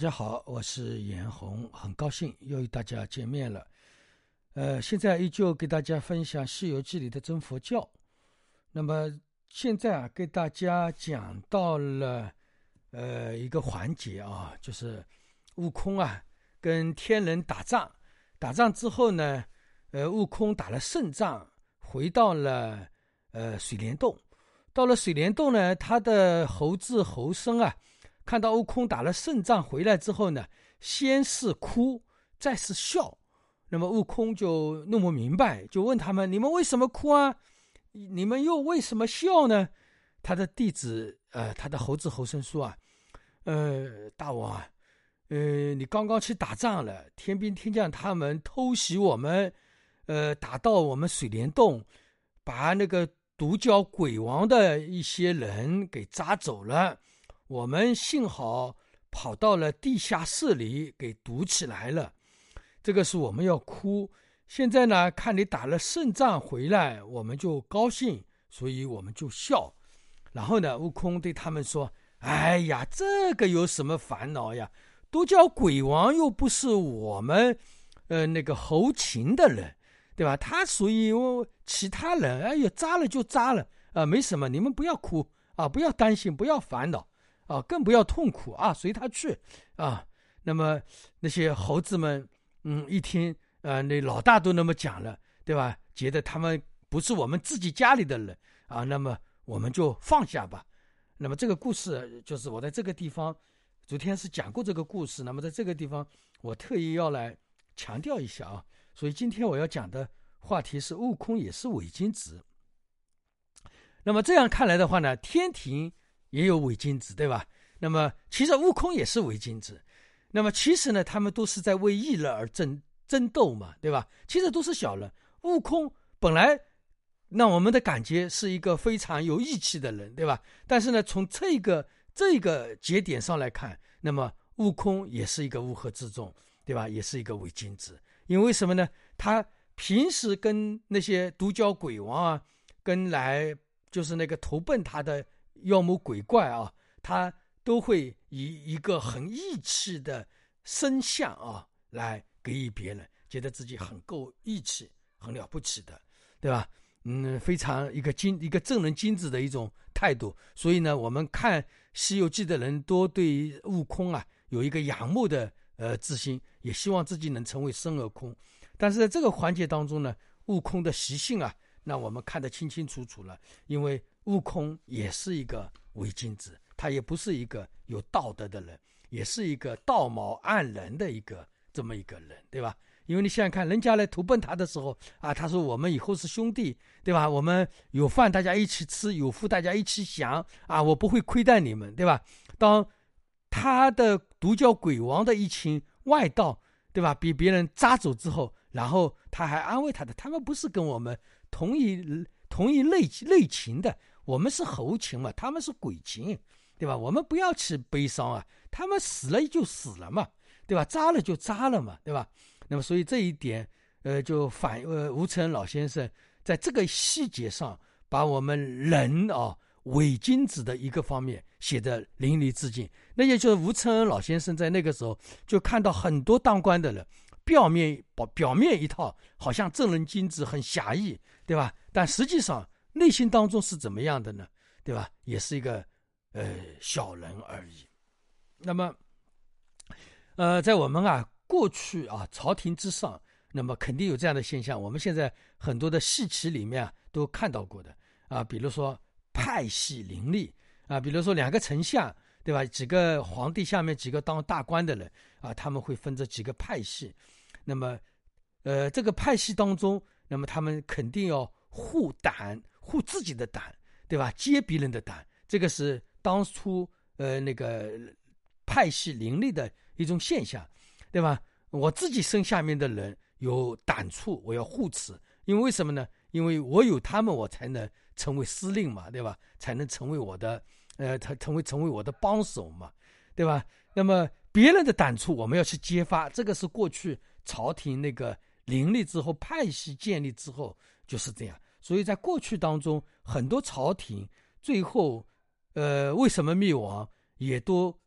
家好，我是严红，很高兴又与大家见面了。现在依旧给大家分享《西游记》里的真佛教。那么现在给大家讲到了一个环节啊，就是悟空跟天人打仗，打仗之后呢，悟空打了胜仗，回到了水帘洞。到了水帘洞呢，他的猴子猴僧看到悟空打了胜仗回来之后呢，先是哭，再是笑。那么悟空就弄不明白，就问他们：你们为什么哭啊？你们又为什么笑呢？他的弟子他的猴子猴僧说大王你刚刚去打仗了，天兵天将他们偷袭我们，打到我们水帘洞，把那个独角鬼王的一些人给抓走了。我们幸好跑到了地下室里给堵起来了，这个是我们要哭。现在呢，看你打了胜仗回来，我们就高兴，所以我们就笑。然后呢，悟空对他们说：哎呀，这个有什么烦恼呀？独角鬼王又不是我们那个猴擒的人，对吧？他属于其他人，哎呀，扎了就扎了没什么，你们不要哭不要担心，不要烦恼更不要痛苦随他去那么那些猴子们一听那老大都那么讲了，对吧？觉得他们不是我们自己家里的人那么我们就放下吧。那么这个故事就是我在这个地方昨天是讲过这个故事，那么在这个地方我特意要来强调一下所以今天我要讲的话题是悟空也是伪君子。那么这样看来的话呢，天庭也有伪君子，对吧？那么其实悟空也是伪君子。那么其实呢，他们都是在为义乐而争斗嘛，对吧？其实都是小人。悟空本来让我们的感觉是一个非常有义气的人，对吧？但是呢，从这个节点上来看，那么悟空也是一个乌合之众，对吧？也是一个伪君子。因为什么呢？他平时跟那些独角鬼王跟来就是那个投奔他的妖魔鬼怪他都会以一个很义气的身相来给予别人，觉得自己很够义气，很了不起的，对吧？非常一个正人君子的一种态度。所以呢，我们看《西游记》的人都对悟空有一个仰慕的之心，也希望自己能成为孙悟空。但是在这个环节当中呢，悟空的习性那我们看得清清楚楚了。因为悟空也是一个伪君子，他也不是一个有道德的人，也是一个道貌岸然的这么一个人，对吧？因为你想想看，人家来投奔他的时候他说我们以后是兄弟，对吧？我们有饭大家一起吃，有福大家一起享我不会亏待你们，对吧？当他的独角鬼王的一群外道，对吧，比别人扎走之后，然后他还安慰他们不是跟我们同一类情的，我们是猴情嘛，他们是鬼情，对吧？我们不要去悲伤他们死了就死了嘛，对吧？扎了就扎了嘛，对吧？那么所以这一点就吴承恩老先生在这个细节上把我们人伪君子的一个方面写得淋漓尽致。那也就是吴承恩老先生在那个时候就看到很多当官的人表面一套好像正人君子很侠义，对吧？但实际上内心当中是怎么样的呢？对吧？也是一个小人而已。那么在我们过去朝廷之上，那么肯定有这样的现象，我们现在很多的戏曲里面都看到过的比如说派系林立比如说两个丞相，对吧？几个皇帝下面几个当大官的人他们会分这几个派系。那么这个派系当中，那么他们肯定要护自己的胆，对吧？揭别人的胆，这个是当初那个派系林立的一种现象，对吧？我自己身下面的人有胆处，我要护持，因为什么呢？因为我有他们，我才能成为司令嘛，对吧？才能成为我的成为我的帮手嘛，对吧？那么别人的胆处我们要去揭发，这个是过去朝廷那个林立之后，派系建立之后就是这样。所以在过去当中，很多朝廷最后为什么灭亡，也都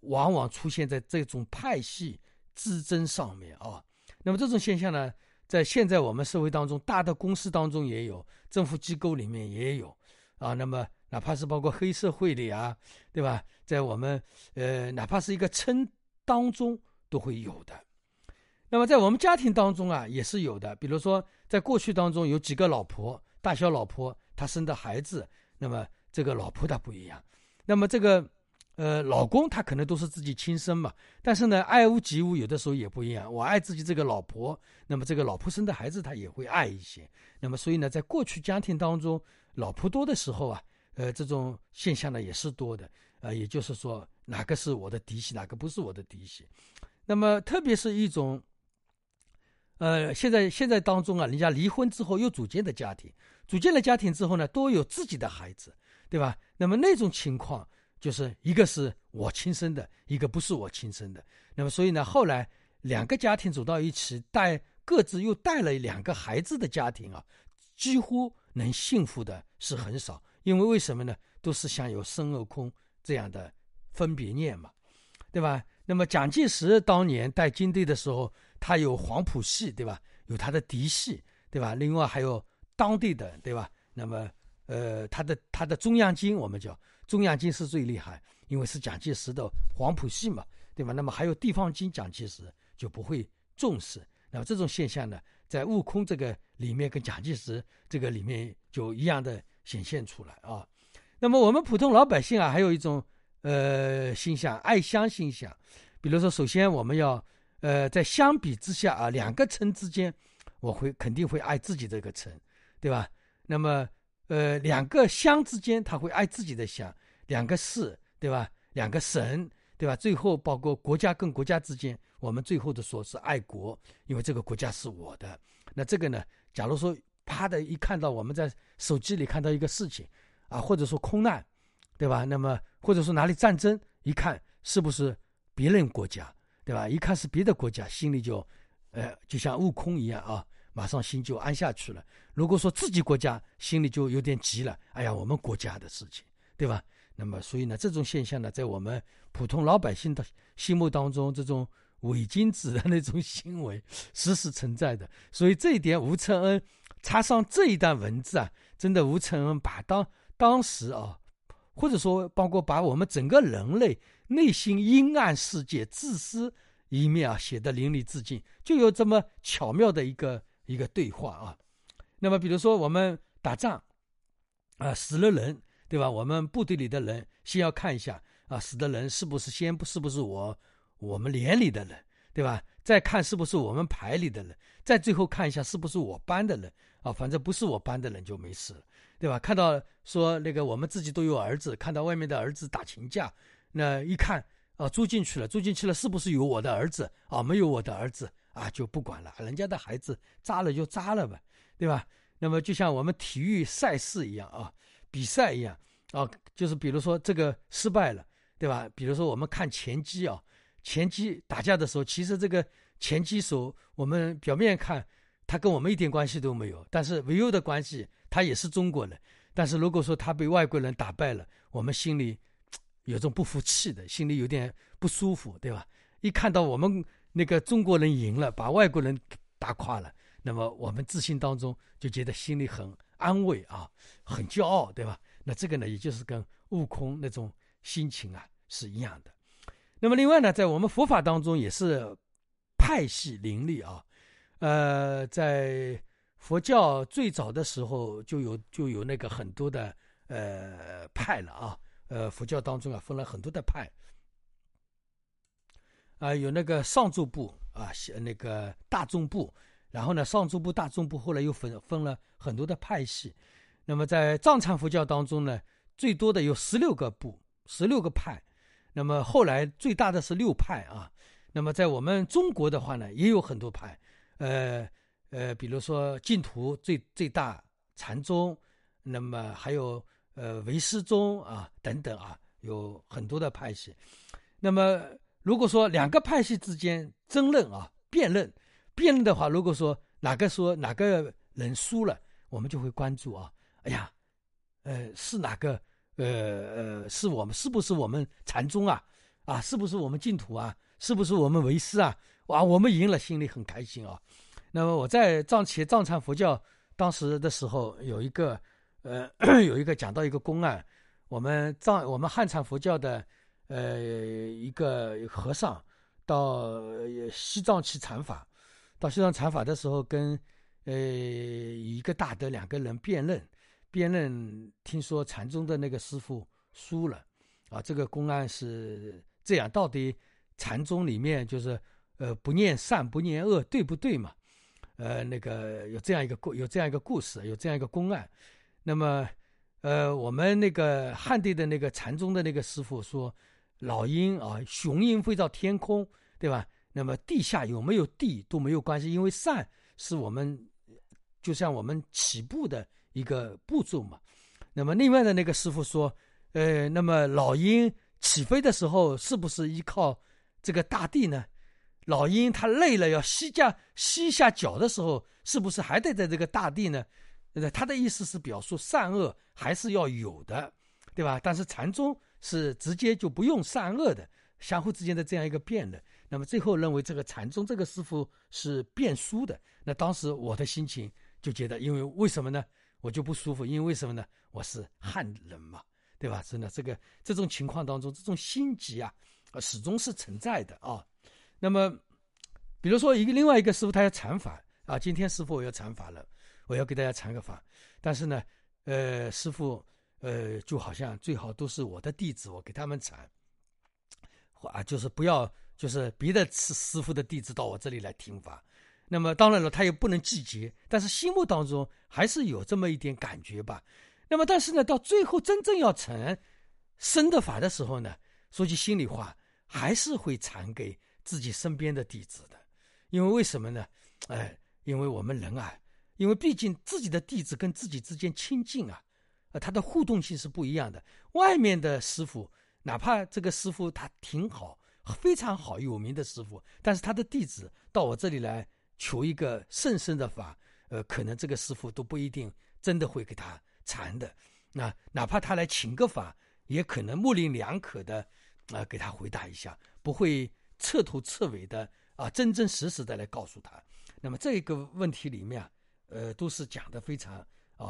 往往出现在这种派系之争上面啊。那么这种现象呢，在现在我们社会当中，大的公司当中也有，政府机构里面也有啊。那么哪怕是包括黑社会里啊，对吧？在我们哪怕是一个村当中都会有的。那么在我们家庭当中啊，也是有的。比如说在过去当中有几个老婆，大小老婆她生的孩子，那么这个老婆她不一样，那么这个老公他可能都是自己亲生嘛，但是呢爱屋及乌有的时候也不一样。我爱自己这个老婆，那么这个老婆生的孩子他也会爱一些。那么所以呢，在过去家庭当中，老婆多的时候啊，这种现象呢也是多的。也就是说哪个是我的嫡系，哪个不是我的嫡系。那么特别是一种现在当中啊，人家离婚之后又组建的家庭，组建了家庭之后呢，都有自己的孩子，对吧？那么那种情况就是一个是我亲生的，一个不是我亲生的。那么所以呢，后来两个家庭走到一起，各自又带了两个孩子的家庭啊，几乎能幸福的是很少。因为什么呢？都是像有孙悟空这样的分别念嘛，对吧？那么蒋介石当年带军队的时候，他有黄埔系，对吧？有他的嫡系，对吧？另外还有当地的，对吧？那么他的中央军，我们叫中央军是最厉害，因为是蒋介石的黄埔系嘛，对吧？那么还有地方军，蒋介石就不会重视。那么这种现象呢，在悟空这个里面跟蒋介石这个里面就一样的显现出来啊。那么我们普通老百姓啊，还有一种心想，爱乡心想。比如说首先我们要在相比之下啊，两个城之间我肯定会爱自己这个城，对吧？那么两个乡之间他会爱自己的乡，两个市，对吧？两个省，对吧？最后包括国家跟国家之间，我们最后的说是爱国，因为这个国家是我的。那这个呢，假如说啪的一看到我们在手机里看到一个事情啊，或者说空难，对吧？那么或者说哪里战争，一看是不是别人国家，对吧？一看是别的国家，心里就像悟空一样啊，马上心就安下去了。如果说自己国家，心里就有点急了，哎呀，我们国家的事情，对吧？那么所以呢，这种现象呢，在我们普通老百姓的心目当中，这种伪君子的那种行为时时存在的。所以这一点，吴承恩插上这一段文字啊，真的吴承恩把当时啊，或者说包括把我们整个人类内心阴暗世界自私一面啊写得淋漓尽致，就有这么巧妙的一个对话啊。那么比如说我们打仗啊，死了人，对吧？我们部队里的人先要看一下啊，死的人是不是我们连里的人，对吧？再看是不是我们排里的人，再最后看一下是不是我班的人啊，反正不是我班的人就没事了，对吧？看到说那个我们自己都有儿子，看到外面的儿子打群架，那一看啊，住进去了，是不是有我的儿子啊？没有我的儿子啊，就不管了，人家的孩子扎了就扎了吧，对吧？那么就像我们体育赛事一样啊，比赛一样啊，就是比如说这个失败了，对吧？比如说我们看拳击啊，拳击打架的时候，其实这个拳击手我们表面看他跟我们一点关系都没有，但是唯有的关系他也是中国人。但是如果说他被外国人打败了，我们心里有种不服气的，心里有点不舒服，对吧？一看到我们那个中国人赢了，把外国人打垮了，那么我们自信当中就觉得心里很安慰啊，很骄傲，对吧？那这个呢，也就是跟悟空那种心情啊是一样的。那么另外呢，在我们佛法当中也是派系林立啊，在佛教最早的时候就有那个很多的派了啊，佛教当中啊分了很多的派啊，有那个上座部啊，那个大众部。然后呢，上座部、大众部后来又分了很多的派系。那么在藏传佛教当中呢，最多的有16个部、16个派。那么后来最大的是6派啊。那么在我们中国的话呢，也有很多派。比如说净土最大禅宗，那么还有唯识宗啊等等啊，有很多的派系。那么如果说两个派系之间争论啊、辩论的话，如果说哪个人输了，我们就会关注啊，哎呀，是哪个是不是我们禅宗啊？ 啊，是不是我们净土啊，是不是我们为师啊，哇，我们赢了，心里很开心啊。那么我在藏传佛教当时的时候，有一个讲到一个公案，我们汉传佛教的一个和尚到西藏去禅法，的时候跟一个大德两个人辩论，听说禅宗的那个师父输了啊。这个公案是这样，到底禅宗里面就是不念善不念恶，对不对嘛？那个有这样一个故事，有这样一个公案。那么我们那个汉地的那个禅宗的那个师父说，老鹰啊，雄鹰飞到天空，对吧？那么地下有没有地都没有关系，因为善是我们就像我们起步的一个步骤嘛。那么另外的那个师父说，那么老鹰起飞的时候是不是依靠这个大地呢？老鹰它累了要吸下脚的时候，是不是还得在这个大地呢？他的意思是表述善恶还是要有的，对吧？但是禅宗是直接就不用善恶的，相互之间的这样一个辩论。那么最后认为这个禅宗这个师父是辩输的。那当时我的心情就觉得，因为为什么呢？我就不舒服，因为为什么呢？我是汉人嘛，对吧？真的这种情况当中，这种心急啊，始终是存在的啊。那么比如说另外一个师父他要禅法啊，今天师父我要禅法了，我要给大家禅个法，但是呢师父就好像最好都是我的弟子，我给他们禅啊，就是不要就是别的师父的弟子到我这里来听法。那么当然了，他也不能季节，但是心目当中还是有这么一点感觉吧。那么但是呢，到最后真正要成深的法的时候呢，说句心里话，还是会禅给自己身边的弟子的。因为为什么呢？因为我们人啊，因为毕竟自己的弟子跟自己之间亲近啊，他的互动性是不一样的。外面的师傅，哪怕这个师傅他挺好，非常好有名的师傅，但是他的弟子到我这里来求一个甚深的法，可能这个师傅都不一定真的会给他禅的。那哪怕他来请个法，也可能模棱两可的给他回答一下，不会彻头彻尾的真真实实的来告诉他。那么这个问题里面都是讲的非常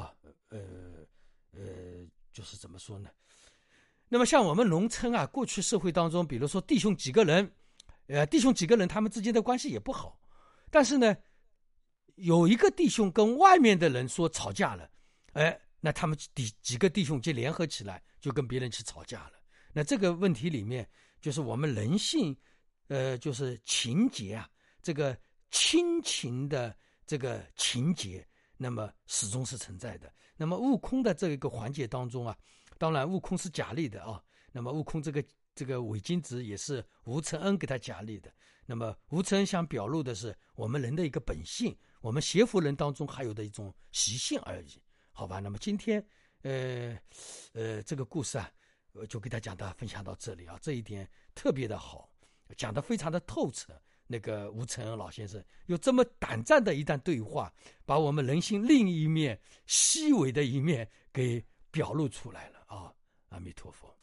就是怎么说呢？那么像我们农村啊，过去社会当中，比如说弟兄几个人他们之间的关系也不好，但是呢，有一个弟兄跟外面的人说吵架了，那他们几个弟兄就联合起来，就跟别人去吵架了。那这个问题里面，就是我们人性，就是情节啊，这个亲情的这个情节，那么始终是存在的。那么悟空的这一个环节当中啊，当然悟空是假立的啊，那么悟空这个伪君子也是吴承恩给他假立的。那么吴承恩想表露的是我们人的一个本性，我们邪佛人当中还有的一种习性而已。好吧，那么今天这个故事啊，就给大家分享到这里啊，这一点特别的好，讲得非常的透彻。那个吴承恩老先生有这么胆战的一段对话，把我们人性另一面细微的一面给表露出来了啊！阿弥陀佛。